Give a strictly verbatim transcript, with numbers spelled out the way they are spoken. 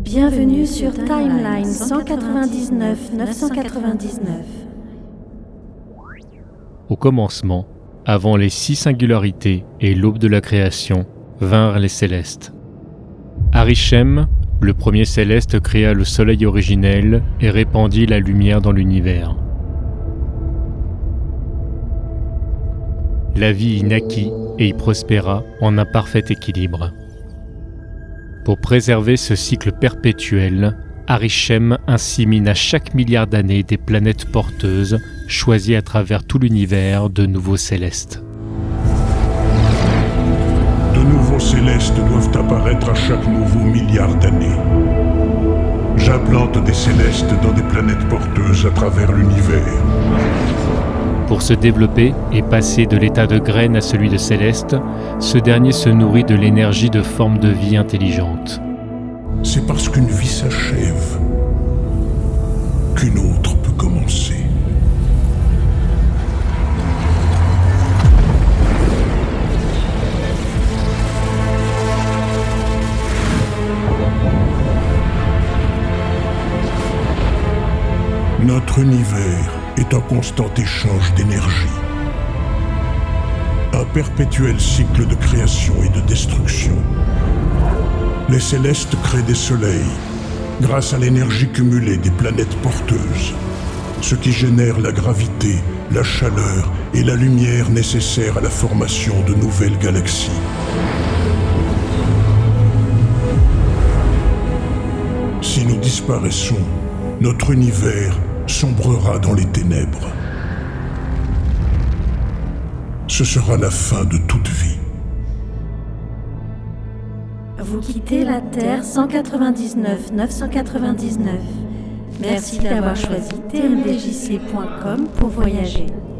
Bienvenue sur Timeline cent quatre-vingt-dix-neuf neuf cent quatre-vingt-dix-neuf. Au commencement, avant les six singularités et l'aube de la création, vinrent les célestes. Arishem, le premier céleste, créa le soleil originel et répandit la lumière dans l'univers. La vie y naquit et y prospéra en un parfait équilibre. Pour préserver ce cycle perpétuel, Arishem insémine à chaque milliard d'années des planètes porteuses, choisies à travers tout l'univers de nouveaux célestes. De nouveaux célestes doivent apparaître à chaque nouveau milliard d'années. J'implante des célestes dans des planètes porteuses à travers l'univers. Pour se développer et passer de l'état de graine à celui de céleste, ce dernier se nourrit de l'énergie de forme de vie intelligente. C'est parce qu'une vie s'achève qu'une autre peut commencer. Notre univers est un constant échange d'énergie. Un perpétuel cycle de création et de destruction. Les célestes créent des soleils grâce à l'énergie cumulée des planètes porteuses, ce qui génère la gravité, la chaleur et la lumière nécessaires à la formation de nouvelles galaxies. Si nous disparaissons, notre univers sombrera dans les ténèbres. Ce sera la fin de toute vie. Vous quittez la Terre cent quatre-vingt-dix-neuf neuf cent quatre-vingt-dix-neuf. Merci d'avoir choisi T M D J C point com pour voyager.